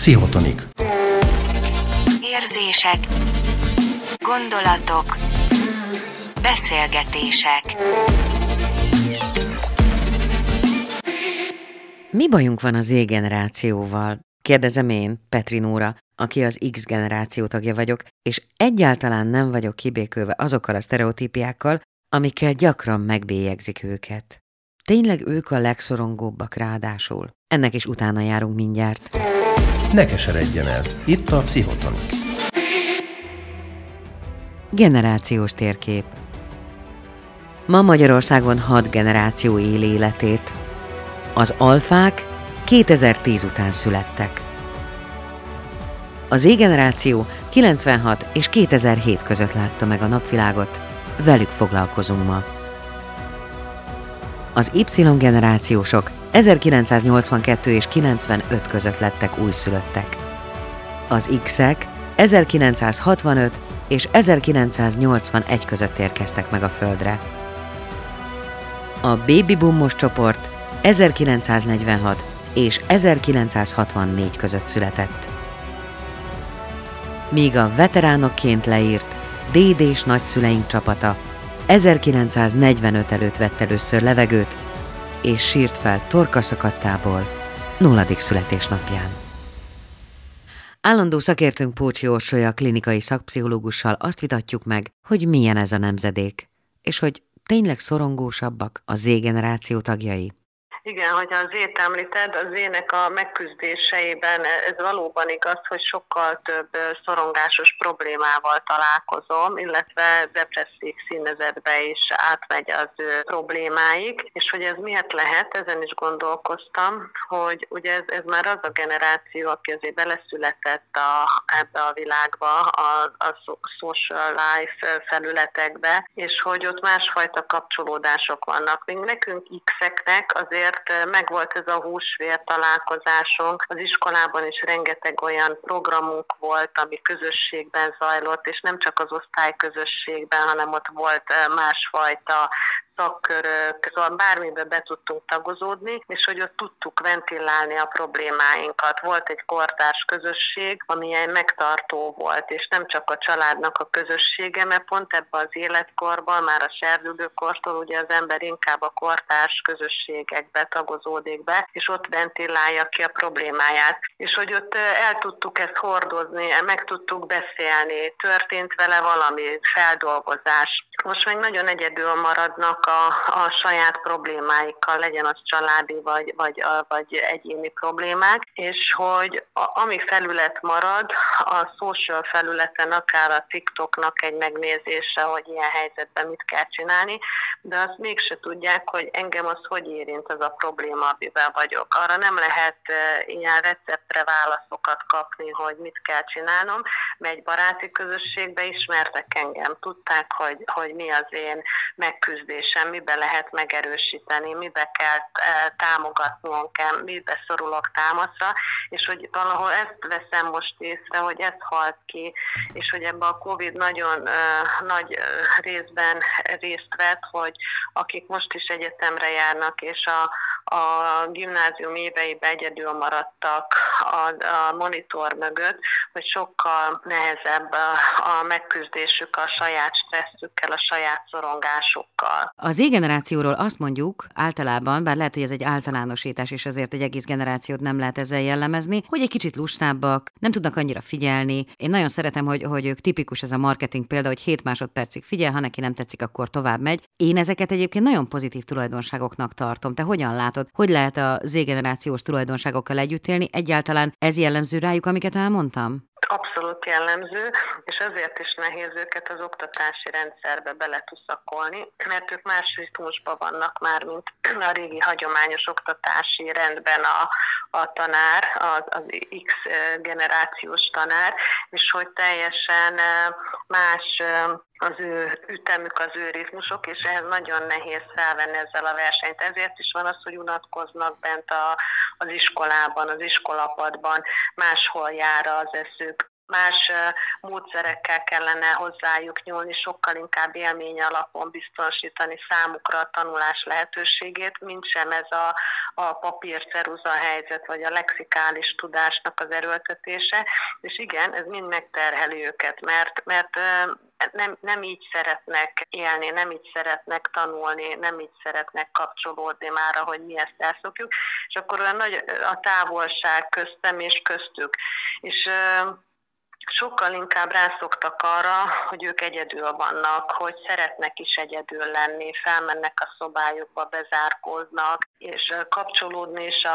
Pszichotonik. Érzések, gondolatok, beszélgetések. Mi bajunk van a Z-generációval? Kérdezem én, Petri Nóra, aki az X-generáció tagja vagyok, és egyáltalán nem vagyok kibékülve azokkal a sztereotípiákkal, amikkel gyakran megbélyegzik őket. Tényleg ők a legszorongóbbak ráadásul. Ennek is utána járunk mindjárt. Ne keseredjen el, itt a Pszichotonik. Generációs térkép. Ma Magyarországon 6 generáció él életét. Az alfák 2010 után születtek. A Z-generáció 96 és 2007 között látta meg a napvilágot, velük foglalkozunk ma. Az Y-generációsok 1982 és 95 között lettek újszülöttek. Az X-ek 1965 és 1981 között érkeztek meg a Földre. A baby boomos csoport 1946 és 1964 között született. Míg a veteránokként leírt DD-s nagyszüleink csapata 1945 előtt vett először levegőt, és sírt fel torkaszakadtából 0. születésnapján. Állandó szakértőnk Pócsi Orsolya klinikai szakpszichológussal azt vitatjuk meg, hogy milyen ez a nemzedék, és hogy tényleg szorongósabbak a Z-generáció tagjai. Igen, hogyha az Z-t említed, az Z-nek a megküzdéseiben ez valóban igaz, hogy sokkal több szorongásos problémával találkozom, illetve depresszív színezetbe is átmegy az ő problémáik, és hogy ez miért lehet, ezen is gondolkoztam, hogy ugye ez már az a generáció, aki azért beleszületett ebbe a világba, a social life felületekbe, és hogy ott másfajta kapcsolódások vannak. Még nekünk X-eknek azért megvolt ez a húsvér találkozásunk. Az iskolában is rengeteg olyan programunk volt, ami közösségben zajlott, és nem csak az osztályközösségben, hanem ott volt másfajta szakkörök, szóval bármibe be tudtunk tagozódni, és hogy ott tudtuk ventilálni a problémáinkat. Volt egy kortárs közösség, ami egy megtartó volt, és nem csak a családnak a közössége, mert pont ebben az életkorban, már a serdülőkortól ugye az ember inkább a kortárs közösségekbe tagozódik be, és ott ventilálja ki a problémáját. És hogy ott el tudtuk ezt hordozni, meg tudtuk beszélni, történt vele valami feldolgozás. Most meg nagyon egyedül maradnak a saját problémáikkal, legyen az családi vagy egyéni problémák, és hogy ami felület marad, a social felületen akár a TikToknak egy megnézése, hogy ilyen helyzetben mit kell csinálni, de azt mégse tudják, hogy engem az hogy érint az a probléma, amivel vagyok. Arra nem lehet ilyen receptre válaszokat kapni, hogy mit kell csinálnom, mert egy baráti közösségbe ismertek engem, tudták, hogy mi az én megküzdésem, miben lehet megerősíteni, miben kell támogatnom kell, miben szorulok támaszra, és hogy valahol ezt veszem most észre, hogy ez halt ki, és hogy ebben a Covid nagyon nagy részben részt vett, hogy akik most is egyetemre járnak, és a gimnázium éveiben egyedül maradtak a monitor mögött, hogy sokkal nehezebb a megküzdésük a saját stresszükkel, a saját szorongásukkal. Az Z-generációról azt mondjuk általában, bár lehet, hogy ez egy általánosítás, és azért egy egész generációt nem lehet ezzel jellemezni, hogy egy kicsit lustábbak, nem tudnak annyira figyelni. Én nagyon szeretem, hogy ők tipikus ez a marketing példa, hogy 7 másodpercig figyel, ha neki nem tetszik, akkor tovább megy. Én ezeket egyébként nagyon pozitív tulajdonságoknak tartom. Te hogyan látod? Hogy lehet a Z-generációs tulajdonságokkal együtt élni? Egyáltalán ez jellemző rájuk, amiket elmondtam? Abszolút jellemző, és ezért is nehéz őket az oktatási rendszerbe beletuszakolni, mert ők más ritmusban vannak már, mint a régi hagyományos oktatási rendben a tanár, az X generációs tanár, és hogy teljesen más az ő ütemük, az ő ritmusok, és ehhez nagyon nehéz felvenni ezzel a versenyt. Ezért is van az, hogy unatkoznak bent az iskolában, az iskolapadban, máshol jár az eszük, más módszerekkel kellene hozzájuk nyúlni, sokkal inkább élmény alapon biztosítani számukra a tanulás lehetőségét, mint sem ez a papírceruza helyzet, vagy a lexikális tudásnak az erőltetése. És igen, ez mind megterheli őket, mert nem így szeretnek élni, nem így szeretnek tanulni, nem így szeretnek kapcsolódni már, ahogy mi ezt elszokjuk, és akkor olyan nagy a távolság köztem és köztük. És sokkal inkább rászoktak arra, hogy ők egyedül vannak, hogy szeretnek is egyedül lenni, felmennek a szobájukba, bezárkóznak, és kapcsolódni is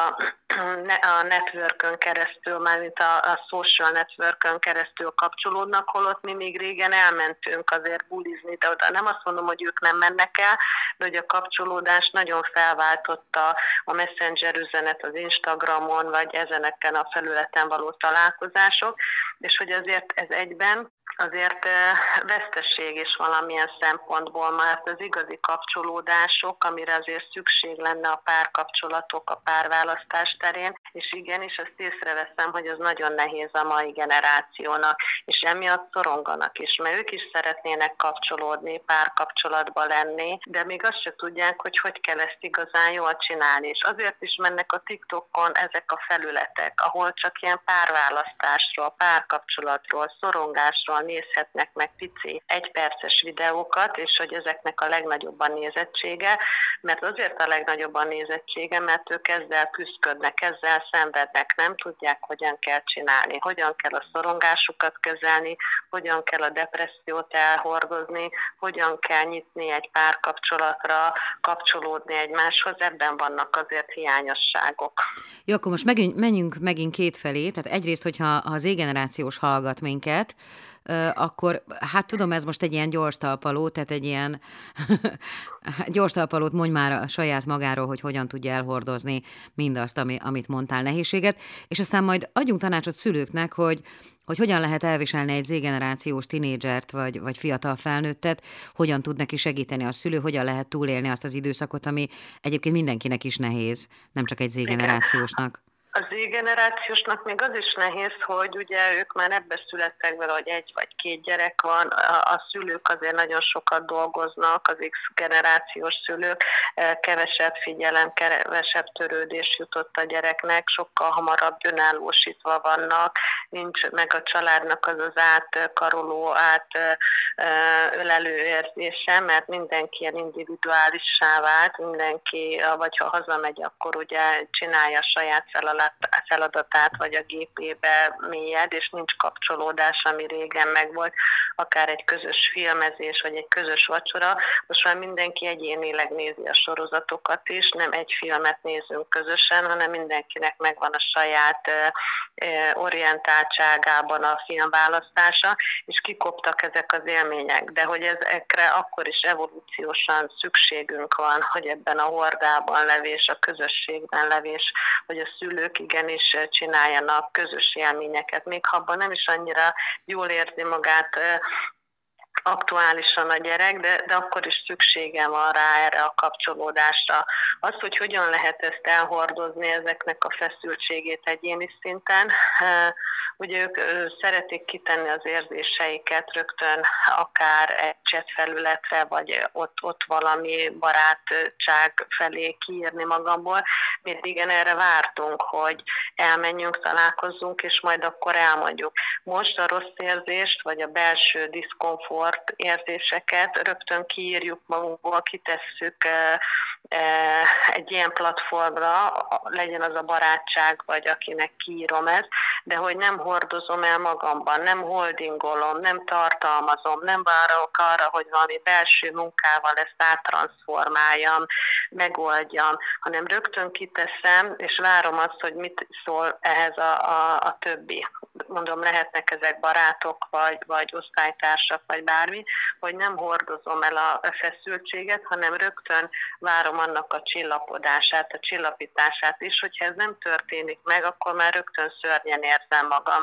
a networkön keresztül, mármint a social networkön keresztül kapcsolódnak, holott mi még régen elmentünk azért bulizni, de oda nem azt mondom, hogy ők nem mennek el, de hogy a kapcsolódás nagyon felváltotta a Messenger üzenet az Instagramon, vagy ezeneken a felületen való találkozások, és hogy azért ez egyben azért veszteség is valamilyen szempontból, mert az igazi kapcsolódások, amire azért szükség lenne a párkapcsolatok, a párválasztás terén, és igenis ezt észreveszem, hogy az nagyon nehéz a mai generációnak, és emiatt szoronganak is, mert ők is szeretnének kapcsolódni, párkapcsolatba lenni, de még azt se tudják, hogy kell ezt igazán jól csinálni, és azért is mennek a TikTokon ezek a felületek, ahol csak ilyen párválasztásról, párkapcsolatról, szorongásról nézhetnek meg pici egyperces videókat, és hogy ezeknek a legnagyobb a nézettsége, mert azért a legnagyobb a nézettsége, mert ők ezzel küzdködnek, ezzel szenvednek, nem tudják, hogyan kell csinálni, hogyan kell a szorongásukat kezelni, hogyan kell a depressziót elhordozni, hogyan kell nyitni egy párkapcsolatra, kapcsolódni egymáshoz, ebben vannak azért hiányosságok. Jó, akkor most menjünk megint kétfelé, tehát egyrészt, hogyha az Z-generációs hallgat minket, akkor hát tudom, ez most egy ilyen gyors talpaló, tehát egy ilyen gyors talpalót mondj már a saját magáról, hogy hogyan tudja elhordozni mindazt, amit mondtál, nehézséget, és aztán majd adjunk tanácsot szülőknek, hogy hogyan lehet elviselni egy Z-generációs tinédzsert, vagy fiatal felnőttet, hogyan tud neki segíteni a szülő, hogyan lehet túlélni azt az időszakot, ami egyébként mindenkinek is nehéz, nem csak egy Z-generációsnak. A Z-generációsnak még az is nehéz, hogy ugye ők már ebbe születtek vele, hogy 1 vagy 2 gyerek van, a szülők azért nagyon sokat dolgoznak, az X-generációs szülők, kevesebb figyelem, kevesebb törődés jutott a gyereknek, sokkal hamarabb önállósítva vannak, nincs meg a családnak az átkaroló, átölelő érzése, mert mindenki ilyen individuálissá vált, mindenki, vagy ha hazamegy, akkor ugye csinálja a saját feladatát, vagy a gépébe mélyed, és nincs kapcsolódás, ami régen megvolt, akár egy közös filmezés, vagy egy közös vacsora. Most már mindenki egyénileg nézi a sorozatokat is, nem egy filmet nézünk közösen, hanem mindenkinek megvan a saját orientáltságában a filmválasztása, és kikoptak ezek az élmények. De hogy ezekre akkor is evolúciósan szükségünk van, hogy ebben a hordában levés, a közösségben levés, hogy a szülők igenis csináljanak közös élményeket, még ha abban nem is annyira jól érzi magát aktuálisan a gyerek, de akkor is szüksége van rá erre a kapcsolódásra. Az, hogy hogyan lehet ezt elhordozni, ezeknek a feszültségét egyéni szinten, ugye ők szeretik kitenni az érzéseiket rögtön akár egy chat felületre, vagy ott valami barátság felé kiírni magamból. Mi igen erre vártunk, hogy elmenjünk, találkozzunk, és majd akkor elmondjuk. Most a rossz érzést, vagy a belső diszkomfort érzéseket rögtön kiírjuk magunkból, kitesszük egy ilyen platformra, legyen az a barátság, vagy akinek kiírom ezt, de hogy nem hordozom el magamban, nem holdingolom, nem tartalmazom, nem várok arra, hogy valami belső munkával ezt áttranszformáljam, megoldjam, hanem rögtön kiteszem, és várom azt, hogy mit szól ehhez a többi. Mondom, lehetnek ezek barátok, vagy osztálytársak, vagy bármi, hogy nem hordozom el a feszültséget, hanem rögtön várom annak a csillapodását, a csillapítását is, hogyha ez nem történik meg, akkor már rögtön szörnyen érzem magam.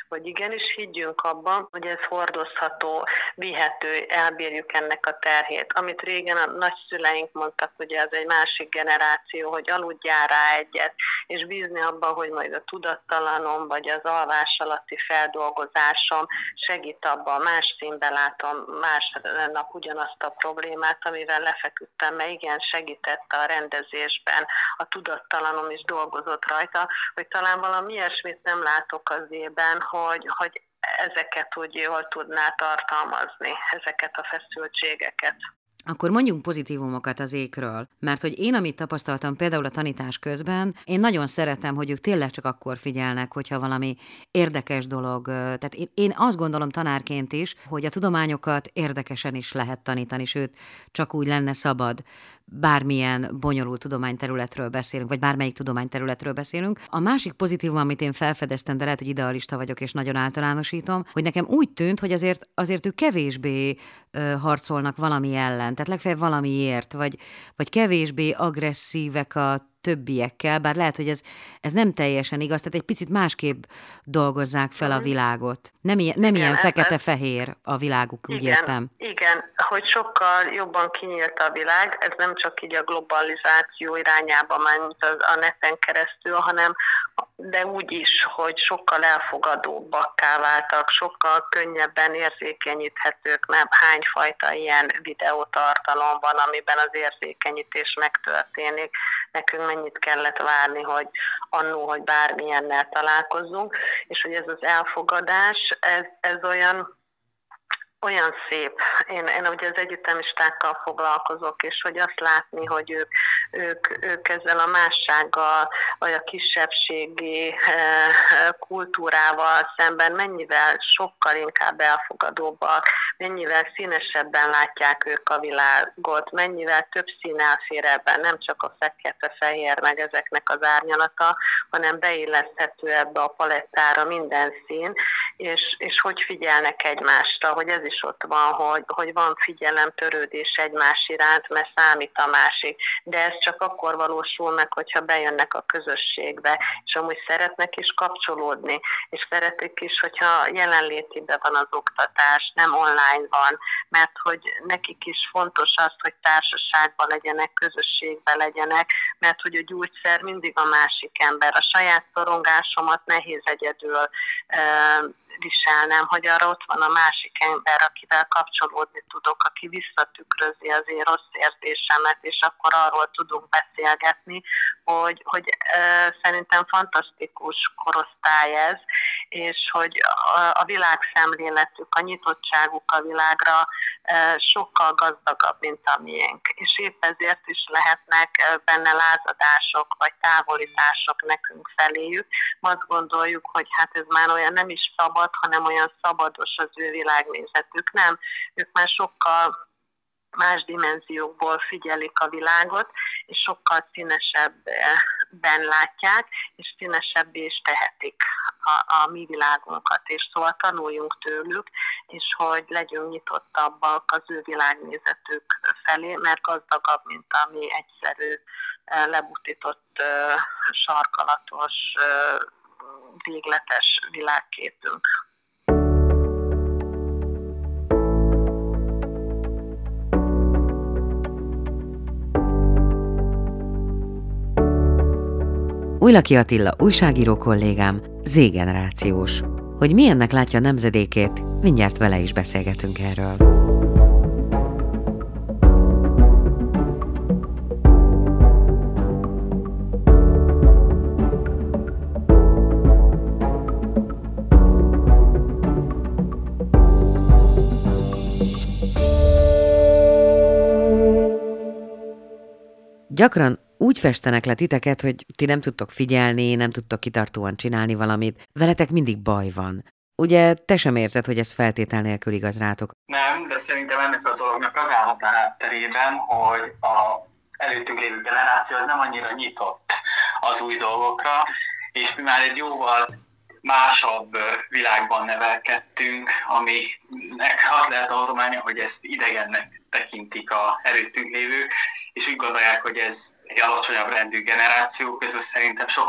hogy igenis higgyünk abban, hogy ez hordozható, vihető, elbírjuk ennek a terhét. Amit régen a nagyszüleink mondtak, ugye az egy másik generáció, hogy aludjál rá egyet, és bízni abban, hogy majd a tudattalanom, vagy az alvás alatti feldolgozásom segít abban, más színben látom másnap ugyanazt a problémát, amivel lefeküdtem, mert igen, segített a rendezésben, a tudattalanom is dolgozott rajta, hogy talán valami ilyesmit nem látok az ében, hogy ezeket úgy jól tudná tartalmazni, ezeket a feszültségeket. Akkor mondjunk pozitívumokat az ékről, mert hogy én, amit tapasztaltam például a tanítás közben, én nagyon szeretem, hogy ők tényleg csak akkor figyelnek, hogyha valami érdekes dolog, tehát én azt gondolom tanárként is, hogy a tudományokat érdekesen is lehet tanítani, sőt, csak úgy lenne szabad, bármilyen bonyolult tudományterületről beszélünk, vagy bármelyik tudományterületről beszélünk. A másik pozitívum, amit én felfedeztem, de lehet, hogy idealista vagyok, és nagyon általánosítom, hogy nekem úgy tűnt, hogy azért ők kevésbé harcolnak valami ellen, tehát legfeljebb valamiért, vagy kevésbé agresszívek a többiekkel, bár lehet, hogy ez nem teljesen igaz, tehát egy picit másképp dolgozzák fel a világot. Nem ilyen fekete-fehér a világuk, úgy értem. Igen, hogy sokkal jobban kinyílt a világ, ez nem csak így a globalizáció irányába megy, mint a neten keresztül, hanem de úgy is, hogy sokkal elfogadóbbakká váltak, sokkal könnyebben érzékenyíthetők, mert hányfajta ilyen videótartalom van, amiben az érzékenyítés megtörténik. Nekünk mennyit kellett várni, hogy annó, hogy bármilyennel találkozzunk, és hogy ez az elfogadás, ez olyan szép. Én ugye az egyetemistákkal foglalkozok, és hogy azt látni, hogy ők ezzel a mássággal, vagy a kisebbségi kultúrával szemben mennyivel sokkal inkább elfogadóbbak, mennyivel színesebben látják ők a világot, mennyivel több szín elfér ebben, nem csak a fekete-fehér meg ezeknek az árnyalata, hanem beilleszthető ebbe a palettára minden szín, és hogy figyelnek egymásra, hogy ez is ott van, hogy van figyelemtörődés egymás iránt, mert számít a másik. De ez csak akkor valósul meg, hogyha bejönnek a közösségbe, és amúgy szeretnek is kapcsolódni, és szeretik is, hogyha jelenlétében van az oktatás, nem online van, mert hogy nekik is fontos az, hogy társaságban legyenek, közösségben legyenek, mert hogy a gyógyszer mindig a másik ember. A saját szorongásomat nehéz egyedül viselnem, hogy arra ott van a másik ember, akivel kapcsolódni tudok, aki visszatükrözi az én rossz érzésemet, és akkor arról tudunk beszélgetni, hogy szerintem fantasztikus korosztály ez, és hogy a világszemléletük, a nyitottságuk a világra sokkal gazdagabb, mint a miénk. És épp ezért is lehetnek benne lázadások, vagy távolítások nekünk feléjük. Azt gondoljuk, hogy hát ez már olyan nem is szabad, hanem olyan szabados az ő világnézetük. Nem, ők már sokkal más dimenziókból figyelik a világot, és sokkal színesebben látják, és színesebbé is tehetik a mi világunkat. És szóval tanuljunk tőlük, és hogy legyünk nyitottabbak az ő világnézetük felé, mert gazdagabb, mint a mi egyszerű, lebutított, sarkalatos, végletes világképünk. Újlaki Attila újságíró kollégám, Z-generációs. Hogy milyennek látja a nemzedékét, mindjárt vele is beszélgetünk erről. Gyakran úgy festenek le titeket, hogy ti nem tudtok figyelni, nem tudtok kitartóan csinálni valamit, veletek mindig baj van. Ugye te sem érzed, hogy ez feltétel nélkül igaz rátok? Nem, de szerintem ennek a dolognak az állhat a hátterében, hogy az előttünk lévő generáció az nem annyira nyitott az új dolgokra, és mi már egy jóval másabb világban nevelkedtünk, aminek az lehet a hozománya, hogy ezt idegennek tekintik az előttünk lévők, és úgy gondolják, hogy ez egy alacsonyabb rendű generáció, közben szerintem sokkal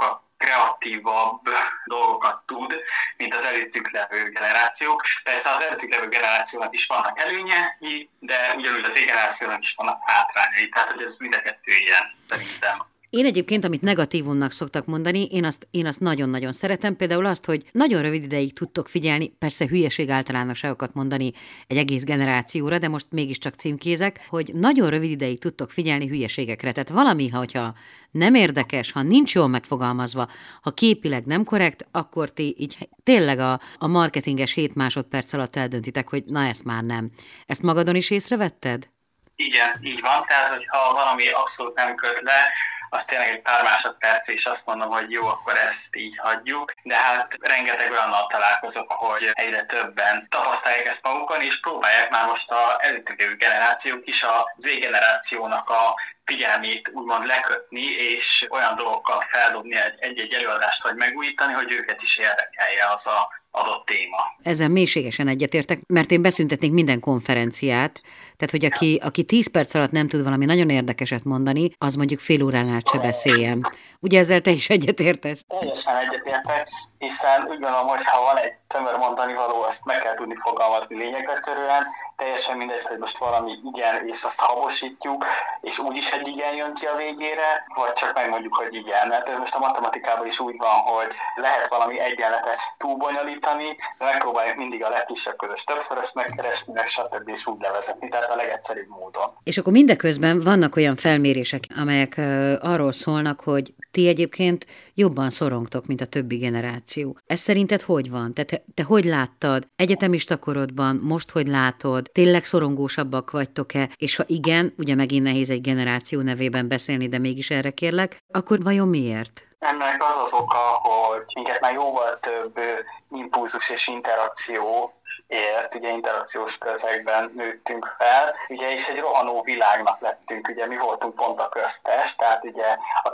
kreatívabb dolgokat tud, mint az előttük levő generációk. Persze az előttük levő generációnak is vannak előnyei, de ugyanúgy az generációnak is vannak hátrányai. Tehát, hogy ez mind a kettő ilyen, szerintem. Én egyébként, amit negatívumnak szoktak mondani, én azt nagyon-nagyon szeretem, például azt, hogy nagyon rövid ideig tudtok figyelni, persze hülyeség általánosságokat mondani egy egész generációra, de most mégiscsak címkézek, hogy nagyon rövid ideig tudtok figyelni hülyeségekre. Tehát valami, hogyha nem érdekes, ha nincs jól megfogalmazva, ha képileg nem korrekt, akkor ti így tényleg a marketinges 7 másodperc alatt eldöntitek, hogy na ezt már nem. Ezt magadon is észrevetted? Igen, így van. Tehát, hogyha valami abszolút nem köt le, az tényleg egy pár másodperc, és azt mondom, hogy jó, akkor ezt így hagyjuk. De hát rengeteg olyannal találkozok, hogy egyre többen tapasztalják ezt magukon, és próbálják már most az előttük lévő generációk is a Z-generációnak a figyelmét úgymond lekötni, és olyan dolgokkal feldobni egy-egy előadást, vagy megújítani, hogy őket is érdekelje az a adott téma. Ezzel mélységesen egyetértek, mert én beszüntetnék minden konferenciát, tehát hogy aki 10 perc alatt nem tud valami nagyon érdekeset mondani, az mondjuk fél órán át se beszéljen. Ugye ezzel te is egyetértesz? Teljesen egyetértek, hiszen úgy gondolom, hogy ha van egy tömör mondani való, azt meg kell tudni fogalmazni lényegre törően, teljesen mindegy, hogy most valami igen, és azt habosítjuk, és úgyis egy igen jön ki a végére, vagy csak megmondjuk, hogy igen. Mert ez most a matematikában is úgy van, hogy lehet valami egyenletet túlbonyolítani, de megpróbáljuk mindig a legkisebb közös többszöröst megkeresni, meg stb. És úgy levezetni, tehát a legegyszerűbb módon. És akkor mindeközben vannak olyan felmérések, amelyek arról szólnak, hogy ti egyébként jobban szorongtok, mint a többi generáció. Ez szerinted hogy van? Te hogy láttad? Egyetemista korodban, most hogy látod? Tényleg szorongósabbak vagytok-e? És ha igen, ugye megint nehéz egy generáció nevében beszélni, de mégis erre kérlek, akkor vajon miért? Ennek az az oka, hogy minket már jóval több impulzus és interakció ért, ugye interakciós közegben nőttünk fel, ugye és egy rohanó világnak lettünk, ugye mi voltunk pont a köztes, tehát ugye a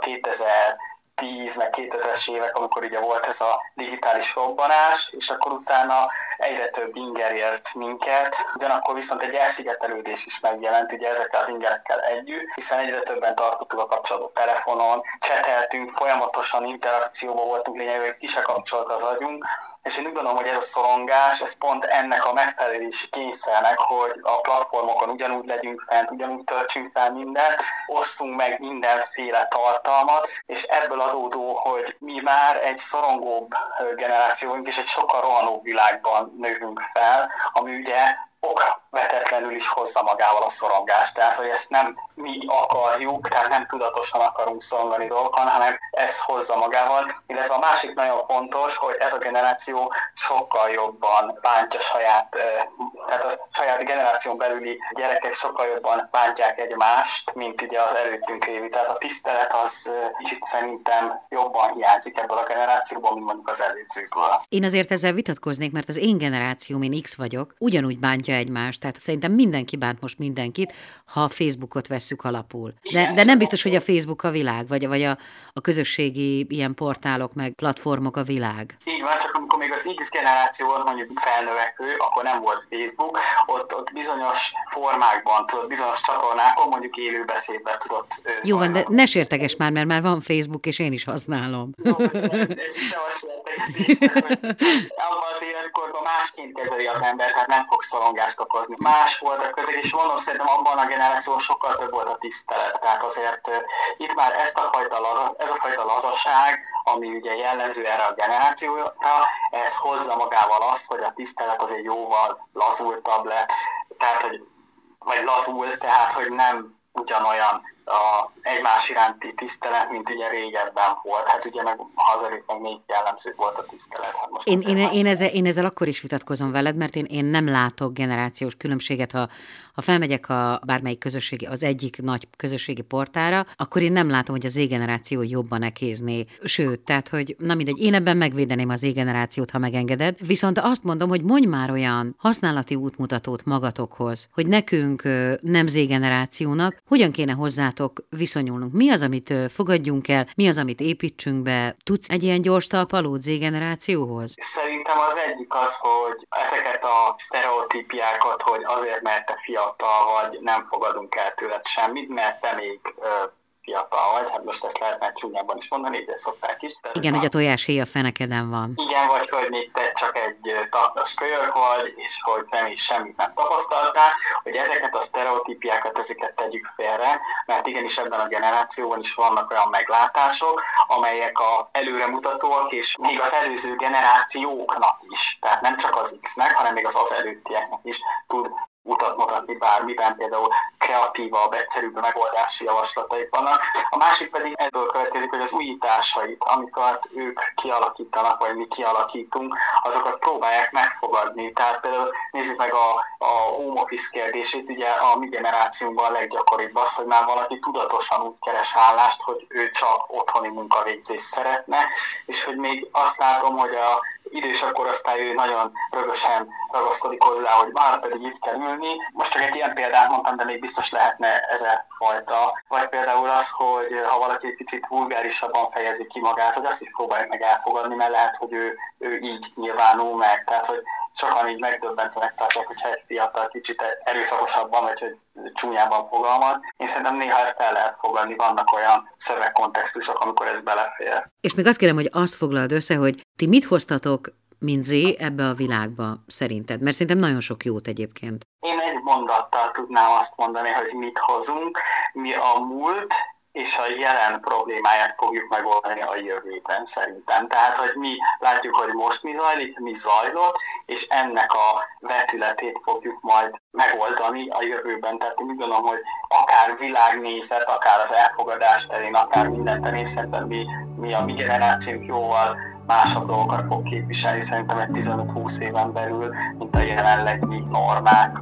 2010 meg 2000-es évek, amikor ugye volt ez a digitális robbanás, és akkor utána egyre több inger ért minket, ugyanakkor viszont egy elszigetelődés is megjelent ugye ezekkel az ingerekkel együtt, hiszen egyre többen tartottuk a kapcsolatot telefonon, cseteltünk, folyamatosan interakcióban voltunk, lényegében, hogy ki se kapcsolt az agyunk, és én úgy gondolom, hogy ez a szorongás, ez pont ennek a megfelelési kényszernek, hogy a platformokon ugyanúgy legyünk fent, ugyanúgy töltsünk fel mindent, osztunk meg mindenféle tartalmat, és ebből adódó, hogy mi már egy szorongóbb generáció vagyunk, és egy sokkal rohanóbb világban növünk fel, ami ugye okvetetlenül is hozza magával a szorongást. Tehát, hogy ezt nem mi akarjuk, tehát nem tudatosan akarunk szorongani dolgokon, hanem ez hozza magával. Illetve a másik nagyon fontos, hogy ez a generáció sokkal jobban bántja tehát a saját generáción belüli gyerekek sokkal jobban bántják egymást, mint ugye az előttünk lévő. Tehát a tisztelet az kicsit szerintem jobban hiányzik ebből a generációból, mint mondjuk az előzőkből. Én azért ezzel vitatkoznék, mert az én generációm, én X vagyok, ugyanúgy bántja egymást, tehát szerintem mindenki bánt most mindenkit, ha a Facebookot vesszük alapul. De nem biztos, hogy a Facebook a világ, vagy a közösségi ilyen portálok, meg platformok a világ. Így van, csak amikor még az X generáció volt mondjuk felnövekvő, akkor nem volt Facebook, ott bizonyos formákban, bizonyos csatornákon mondjuk élő beszédben tudott Jó van, de ne sérteges már, mert már van Facebook, és én is használom. Jó, ez is nem a sértegetés, csak hogy abban az életkorban másként kezeli az ember, tehát nem fog szorongást okozni. Más volt a közeg, és mondom, szerintem abban a generációban sokkal több volt a tisztelet. Tehát azért itt már ez a fajta lazaság, ami ugye jellemző erre a generációra, ez hozza magával azt, hogy a tisztelet azért jóval lazultabb lett, tehát hogy nem ugyanolyan egymás iránti tisztelet, mint ugye régebben volt. Hát ugye meg hazalék meg még jellemző volt a tisztelet. Hát most én ezzel akkor is vitatkozom veled, mert én nem látok generációs különbséget, ha felmegyek bármelyik közösségi, az egyik nagy közösségi portára, akkor én nem látom, hogy az Z-generáció jobban ekézné. Sőt, tehát, hogy na mindegy, én ebben megvédeném az Z-generációt, ha megengeded. Viszont azt mondom, hogy mondj már olyan használati útmutatót magatokhoz, hogy nekünk nem Z-generációnak hogyan kéne hozzátok viszonyulnunk. Mi az, amit fogadjunk el, mi az, amit építsünk be? Tudsz egy ilyen gyors talpalót Z-generációhoz? Szerintem az egyik az, hogy ezeket a sztereotípiákat, hogy azért, mert te fiatal vagy, nem fogadunk el tőled semmit, mert te még fiatal vagy, hát most ezt lehetne csúnyában is mondani, de szokták is. Igen, hogy a tojáshéj a fenekeden van. Igen, vagy hogy még te csak egy taknos kölyök vagy, és hogy nem is semmit nem tapasztaltál, hogy ezeket a sztereotípiákat, ezeket tegyük félre, mert igenis ebben a generációban is vannak olyan meglátások, amelyek előremutatóak, és még az előző generációknak is, tehát nem csak az X-nek, hanem még az előttieknek is tud utat mutatni bármiben, például kreatívabb, egyszerűbb megoldási javaslataik vannak. A másik pedig ebből következik, hogy az újításait, amiket ők kialakítanak, vagy mi kialakítunk, azokat próbálják megfogadni. Tehát például nézzük meg a home office kérdését, ugye a mi generációnkban a leggyakoribb az, hogy már valaki tudatosan úgy keres állást, hogy ő csak otthoni munkavégzést szeretne, és hogy még azt látom, hogy a idősebb korosztály nagyon rögösen ragaszkodik hozzá, hogy már pedig itt kell ülni. Most csak egy ilyen példát mondtam, de még biztos lehetne ezer fajta. Vagy például az, hogy ha valaki egy picit vulgárisabban fejezi ki magát, hogy azt is próbáljuk meg elfogadni, mert lehet, hogy ő így nyilvánul meg. Tehát, hogy sokan így megdöbbentőnek tartják, hogyha egy fiatal kicsit erőszakosabban, vagy hogy csúnyában fogalmaz. Én szerintem néha ezt el lehet fogadni, vannak olyan szövegkontextusok, amikor ez belefér. És még azt kérem, hogy azt foglald össze, hogy ti mit hoztatok, mint Z, ebbe a világba szerinted? Mert szerintem nagyon sok jót egyébként. Én egy mondattal tudnám azt mondani, hogy mit hozunk. Mi a múlt és a jelen problémáját fogjuk megoldani a jövőben szerintem. Tehát, hogy mi látjuk, hogy most mi zajlik, mi zajlott, és ennek a vetületét fogjuk majd megoldani a jövőben. Tehát én úgy gondolom, hogy akár világnézet, akár az elfogadás terén, akár minden terén szerintem mi a mi generációnk jóval másabb dolgokat fog képviselni szerintem egy 15-20 éven belül, mint a jelenlegi normák.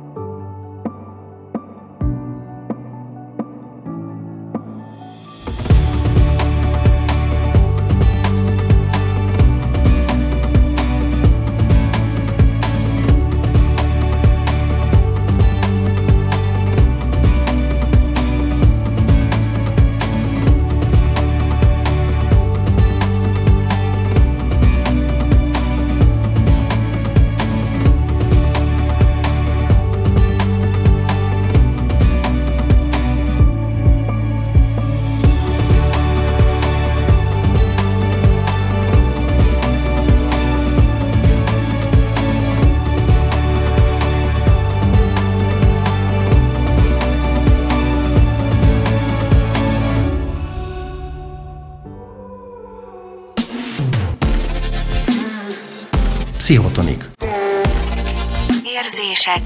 Pszichotonik. Érzések,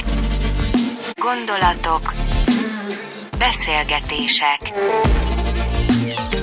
gondolatok, beszélgetések.